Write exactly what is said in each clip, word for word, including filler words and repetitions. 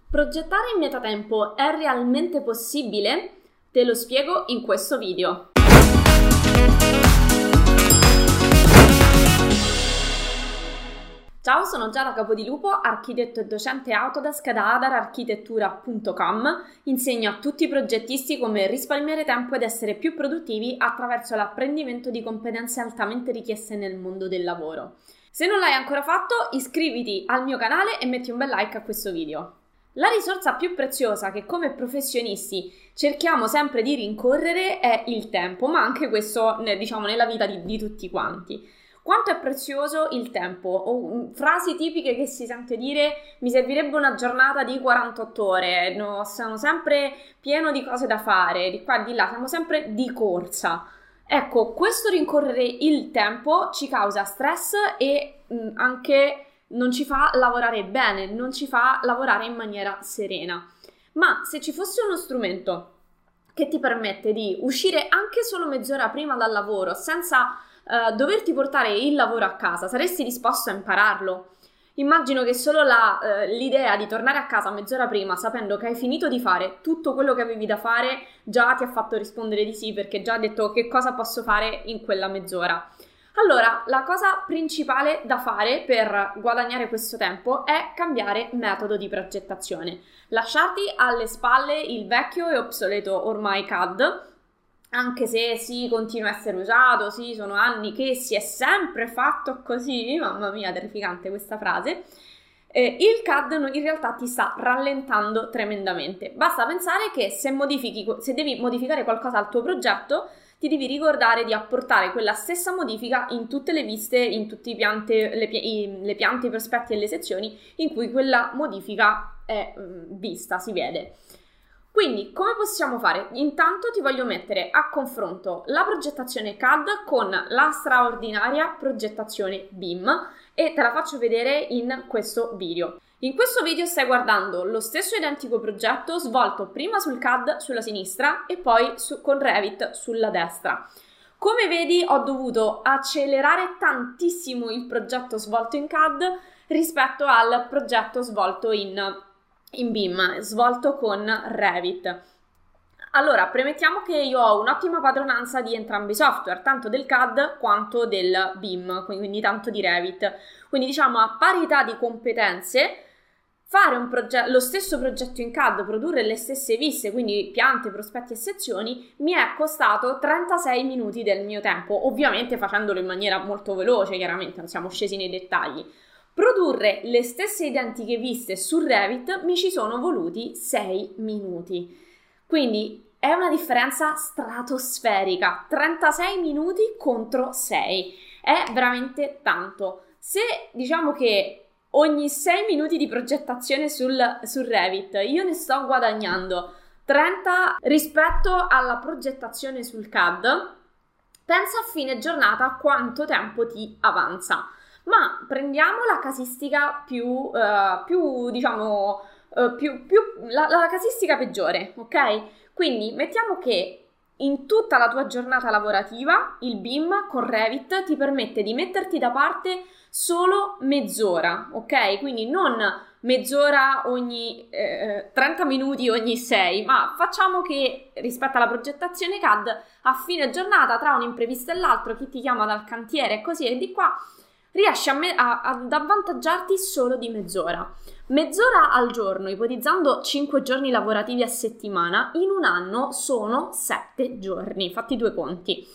Progettare in metatempo è realmente possibile? Te lo spiego in questo video. Ciao, sono Giada Capodilupo, architetto e docente Autodesk da adar architettura punto com. Insegno a tutti i progettisti come risparmiare tempo ed essere più produttivi attraverso l'apprendimento di competenze altamente richieste nel mondo del lavoro. Se non l'hai ancora fatto, iscriviti al mio canale e metti un bel like a questo video. La risorsa più preziosa che come professionisti cerchiamo sempre di rincorrere è il tempo, ma anche questo, diciamo, nella vita di, di tutti quanti. Quanto è prezioso il tempo? O, frasi tipiche che si sente dire: mi servirebbe una giornata di quarantotto ore, no, sono sempre pieno di cose da fare, di qua e di là, siamo sempre di corsa. Ecco, questo rincorrere il tempo ci causa stress e mh, anche non ci fa lavorare bene, non ci fa lavorare in maniera serena. Ma se ci fosse uno strumento che ti permette di uscire anche solo mezz'ora prima dal lavoro senza uh, doverti portare il lavoro a casa, saresti disposto a impararlo? Immagino che solo la, uh, l'idea di tornare a casa mezz'ora prima sapendo che hai finito di fare tutto quello che avevi da fare già ti ha fatto rispondere di sì, perché già hai detto che cosa posso fare in quella mezz'ora. Allora, la cosa principale da fare per guadagnare questo tempo è cambiare metodo di progettazione. Lasciati alle spalle il vecchio e obsoleto ormai C A D, anche se sì, continua a essere usato, sì, sono anni che si è sempre fatto così, mamma mia, terrificante questa frase. Eh, il C A D in realtà ti sta rallentando tremendamente. Basta pensare che se modifichi, se devi modificare qualcosa al tuo progetto, ti devi ricordare di apportare quella stessa modifica in tutte le viste, in tutte le piante, le, i, le piante, i prospetti e le sezioni in cui quella modifica è mh, vista, si vede. Quindi, come possiamo fare? Intanto ti voglio mettere a confronto la progettazione C A D con la straordinaria progettazione B I M e te la faccio vedere in questo video. In questo video stai guardando lo stesso identico progetto svolto prima sul C A D sulla sinistra e poi su, con Revit sulla destra. Come vedi, ho dovuto accelerare tantissimo il progetto svolto in C A D rispetto al progetto svolto in, in B I M, svolto con Revit. Allora, premettiamo che io ho un'ottima padronanza di entrambi i software, tanto del C A D quanto del B I M, quindi tanto di Revit. Quindi diciamo a parità di competenze, fare un progetto, lo stesso progetto in C A D, produrre le stesse viste, quindi piante, prospetti e sezioni, mi è costato trentasei minuti del mio tempo, ovviamente facendolo in maniera molto veloce, chiaramente non siamo scesi nei dettagli. Produrre le stesse identiche viste su Revit mi ci sono voluti sei minuti, quindi è una differenza stratosferica, trentasei minuti contro sei, è veramente tanto. Se diciamo che ogni sei minuti di progettazione sul, sul Revit io ne sto guadagnando trenta rispetto alla progettazione sul C A D, pensa a fine giornata quanto tempo ti avanza. Ma prendiamo la casistica più, uh, più diciamo, uh, più, più, la, la casistica peggiore, ok? Quindi mettiamo che in tutta la tua giornata lavorativa il B I M con Revit ti permette di metterti da parte solo mezz'ora, ok? Quindi non mezz'ora ogni eh, trenta minuti ogni sei, ma facciamo che rispetto alla progettazione C A D a fine giornata, tra un imprevisto e l'altro, chi ti chiama dal cantiere e così e di qua, riesci a me- a- ad avvantaggiarti solo di mezz'ora. Mezz'ora al giorno, ipotizzando cinque giorni lavorativi a settimana, in un anno sono sette giorni, fatti due conti.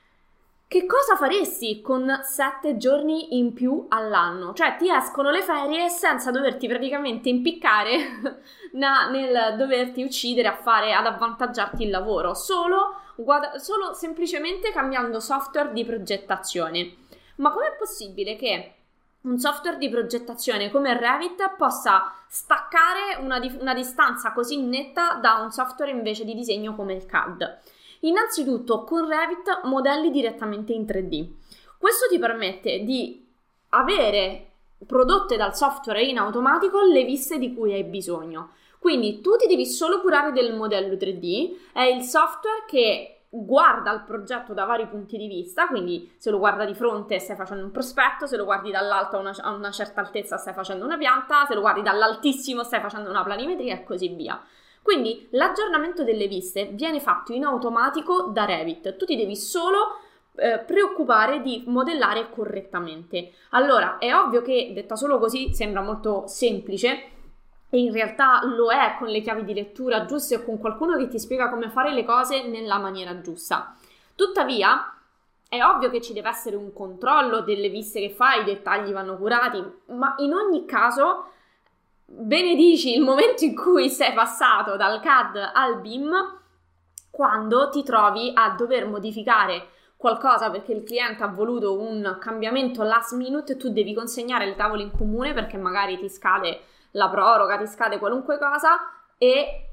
Che cosa faresti con sette giorni in più all'anno? Cioè ti escono le ferie senza doverti praticamente impiccare na, nel doverti uccidere a fare, ad avvantaggiarti il lavoro, solo, guada- solo semplicemente cambiando software di progettazione. Ma com'è possibile che un software di progettazione come Revit possa staccare una, di- una distanza così netta da un software invece di disegno come il C A D? Innanzitutto, con Revit modelli direttamente in tre D. Questo ti permette di avere prodotte dal software in automatico le viste di cui hai bisogno. Quindi tu ti devi solo curare del modello tre D, è il software che guarda il progetto da vari punti di vista, quindi se lo guarda di fronte stai facendo un prospetto, se lo guardi dall'alto a una, a una certa altezza stai facendo una pianta, se lo guardi dall'altissimo stai facendo una planimetria e così via. Quindi l'aggiornamento delle viste viene fatto in automatico da Revit, tu ti devi solo eh, preoccupare di modellare correttamente. Allora, è ovvio che detta solo così sembra molto semplice, e in realtà lo è con le chiavi di lettura giuste o con qualcuno che ti spiega come fare le cose nella maniera giusta. Tuttavia, è ovvio che ci deve essere un controllo delle viste che fai, i dettagli vanno curati, ma in ogni caso benedici il momento in cui sei passato dal C A D al B I M, quando ti trovi a dover modificare qualcosa perché il cliente ha voluto un cambiamento last minute e tu devi consegnare le tavole in comune perché magari ti scade la proroga, ti scade qualunque cosa e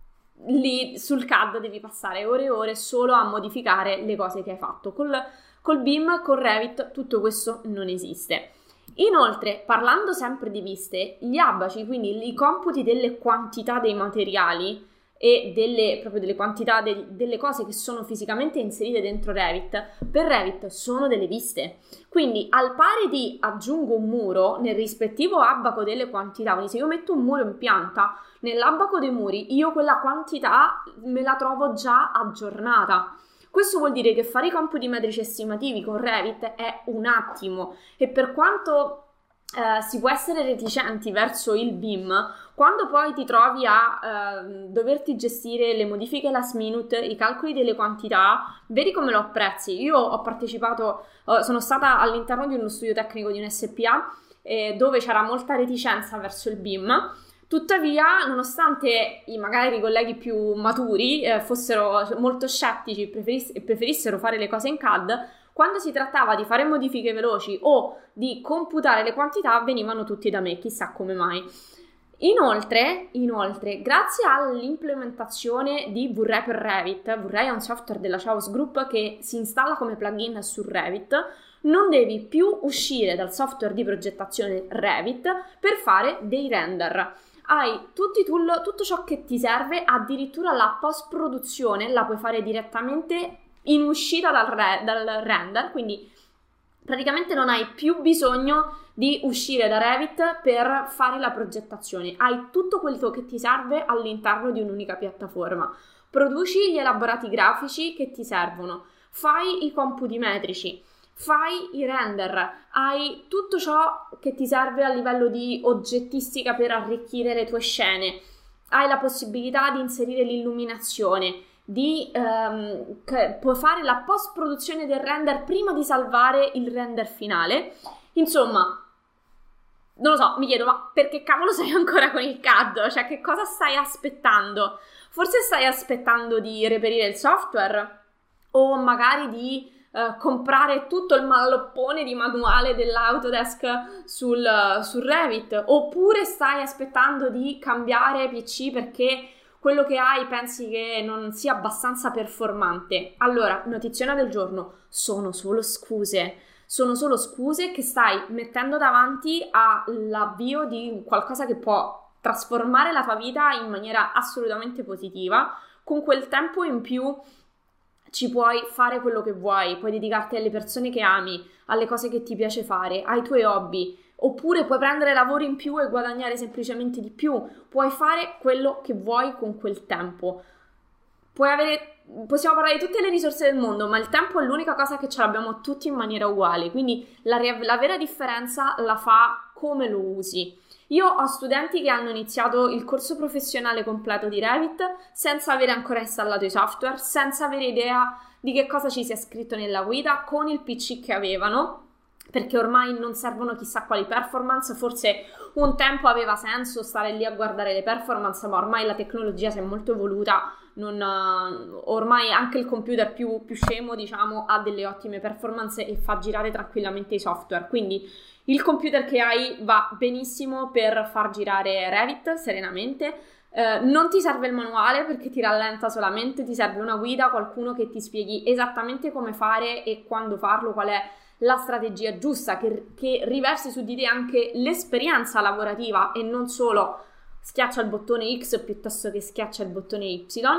lì sul C A D devi passare ore e ore solo a modificare le cose che hai fatto. Col, col B I M, con Revit, tutto questo non esiste. Inoltre, parlando sempre di viste, gli abaci, quindi i computi delle quantità dei materiali e delle, proprio delle quantità de, delle cose che sono fisicamente inserite dentro Revit, per Revit sono delle viste. Quindi al pari di aggiungo un muro nel rispettivo abaco delle quantità, quindi se io metto un muro in pianta, nell'abaco dei muri io quella quantità me la trovo già aggiornata. Questo vuol dire che fare i computi metrici estimativi con Revit è un attimo, e per quanto eh, si può essere reticenti verso il B I M, quando poi ti trovi a eh, doverti gestire le modifiche last minute, i calcoli delle quantità, vedi come lo apprezzi. Io ho partecipato, eh, sono stata all'interno di uno studio tecnico di un S P A eh, dove c'era molta reticenza verso il B I M. Tuttavia, nonostante i magari i colleghi più maturi eh, fossero molto scettici e preferis- preferissero fare le cose in C A D, quando si trattava di fare modifiche veloci o di computare le quantità venivano tutti da me, chissà come mai. Inoltre, inoltre, grazie all'implementazione di V-Ray per Revit, V-Ray è un software della Chaos Group che si installa come plugin su Revit, non devi più uscire dal software di progettazione Revit per fare dei render. Hai tutti i tool, tutto ciò che ti serve, addirittura la post-produzione la puoi fare direttamente in uscita dal, re, dal render, quindi praticamente non hai più bisogno di uscire da Revit per fare la progettazione, hai tutto quello che ti serve all'interno di un'unica piattaforma. Produci gli elaborati grafici che ti servono, fai i computi metrici, fai i render, hai tutto ciò che ti serve a livello di oggettistica per arricchire le tue scene, hai la possibilità di inserire l'illuminazione, di ehm, puoi fare la post produzione del render prima di salvare il render finale. Insomma, non lo so, mi chiedo, ma perché cavolo sei ancora con il C A D? Cioè, che cosa stai aspettando? Forse stai aspettando di reperire il software o magari di Uh, comprare tutto il malloppone di manuale dell'Autodesk sul, uh, sul Revit, oppure stai aspettando di cambiare P C perché quello che hai pensi che non sia abbastanza performante. Allora, notiziona del giorno, sono solo scuse, sono solo scuse che stai mettendo davanti all'avvio di qualcosa che può trasformare la tua vita in maniera assolutamente positiva. Con quel tempo in più ci puoi fare quello che vuoi, puoi dedicarti alle persone che ami, alle cose che ti piace fare, ai tuoi hobby, oppure puoi prendere lavoro in più e guadagnare semplicemente di più, puoi fare quello che vuoi con quel tempo. Puoi avere, possiamo parlare di tutte le risorse del mondo, ma il tempo è l'unica cosa che ce l'abbiamo tutti in maniera uguale, quindi la, la vera differenza la fa come lo usi. Io ho studenti che hanno iniziato il corso professionale completo di Revit senza avere ancora installato i software, senza avere idea di che cosa ci sia scritto nella guida, con il P C che avevano, perché ormai non servono chissà quali performance. Forse un tempo aveva senso stare lì a guardare le performance, ma ormai la tecnologia si è molto evoluta, non, ormai anche il computer più, più scemo, diciamo, ha delle ottime performance e fa girare tranquillamente i software, quindi il computer che hai va benissimo per far girare Revit serenamente. Eh, non ti serve il manuale perché ti rallenta solamente, ti serve una guida, qualcuno che ti spieghi esattamente come fare e quando farlo, qual è la strategia giusta, che, che riversi su di te anche l'esperienza lavorativa e non solo schiaccia il bottone X piuttosto che schiaccia il bottone Y.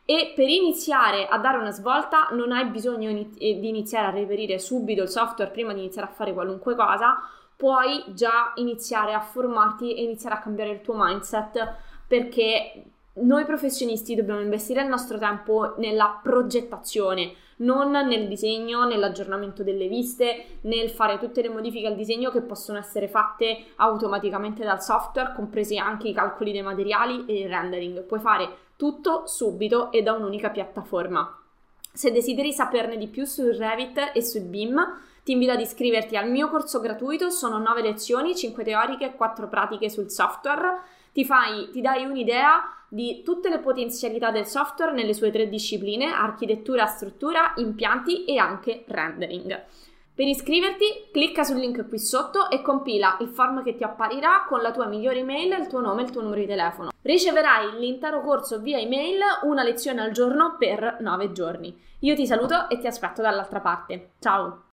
E per iniziare a dare una svolta non hai bisogno di iniziare a reperire subito il software prima di iniziare a fare qualunque cosa, puoi già iniziare a formarti e iniziare a cambiare il tuo mindset, perché noi professionisti dobbiamo investire il nostro tempo nella progettazione, non nel disegno, nell'aggiornamento delle viste, nel fare tutte le modifiche al disegno che possono essere fatte automaticamente dal software, compresi anche i calcoli dei materiali e il rendering. Puoi fare tutto subito e da un'unica piattaforma. Se desideri saperne di più sul Revit e sul B I M, ti invito ad iscriverti al mio corso gratuito. Sono nove lezioni, cinque teoriche e quattro pratiche sul software. Ti fai, ti dai un'idea di tutte le potenzialità del software nelle sue tre discipline: architettura, struttura, impianti e anche rendering. Per iscriverti, clicca sul link qui sotto e compila il form che ti apparirà con la tua migliore email, il tuo nome e il tuo numero di telefono. Riceverai l'intero corso via email, una lezione al giorno per nove giorni. Io ti saluto e ti aspetto dall'altra parte. Ciao!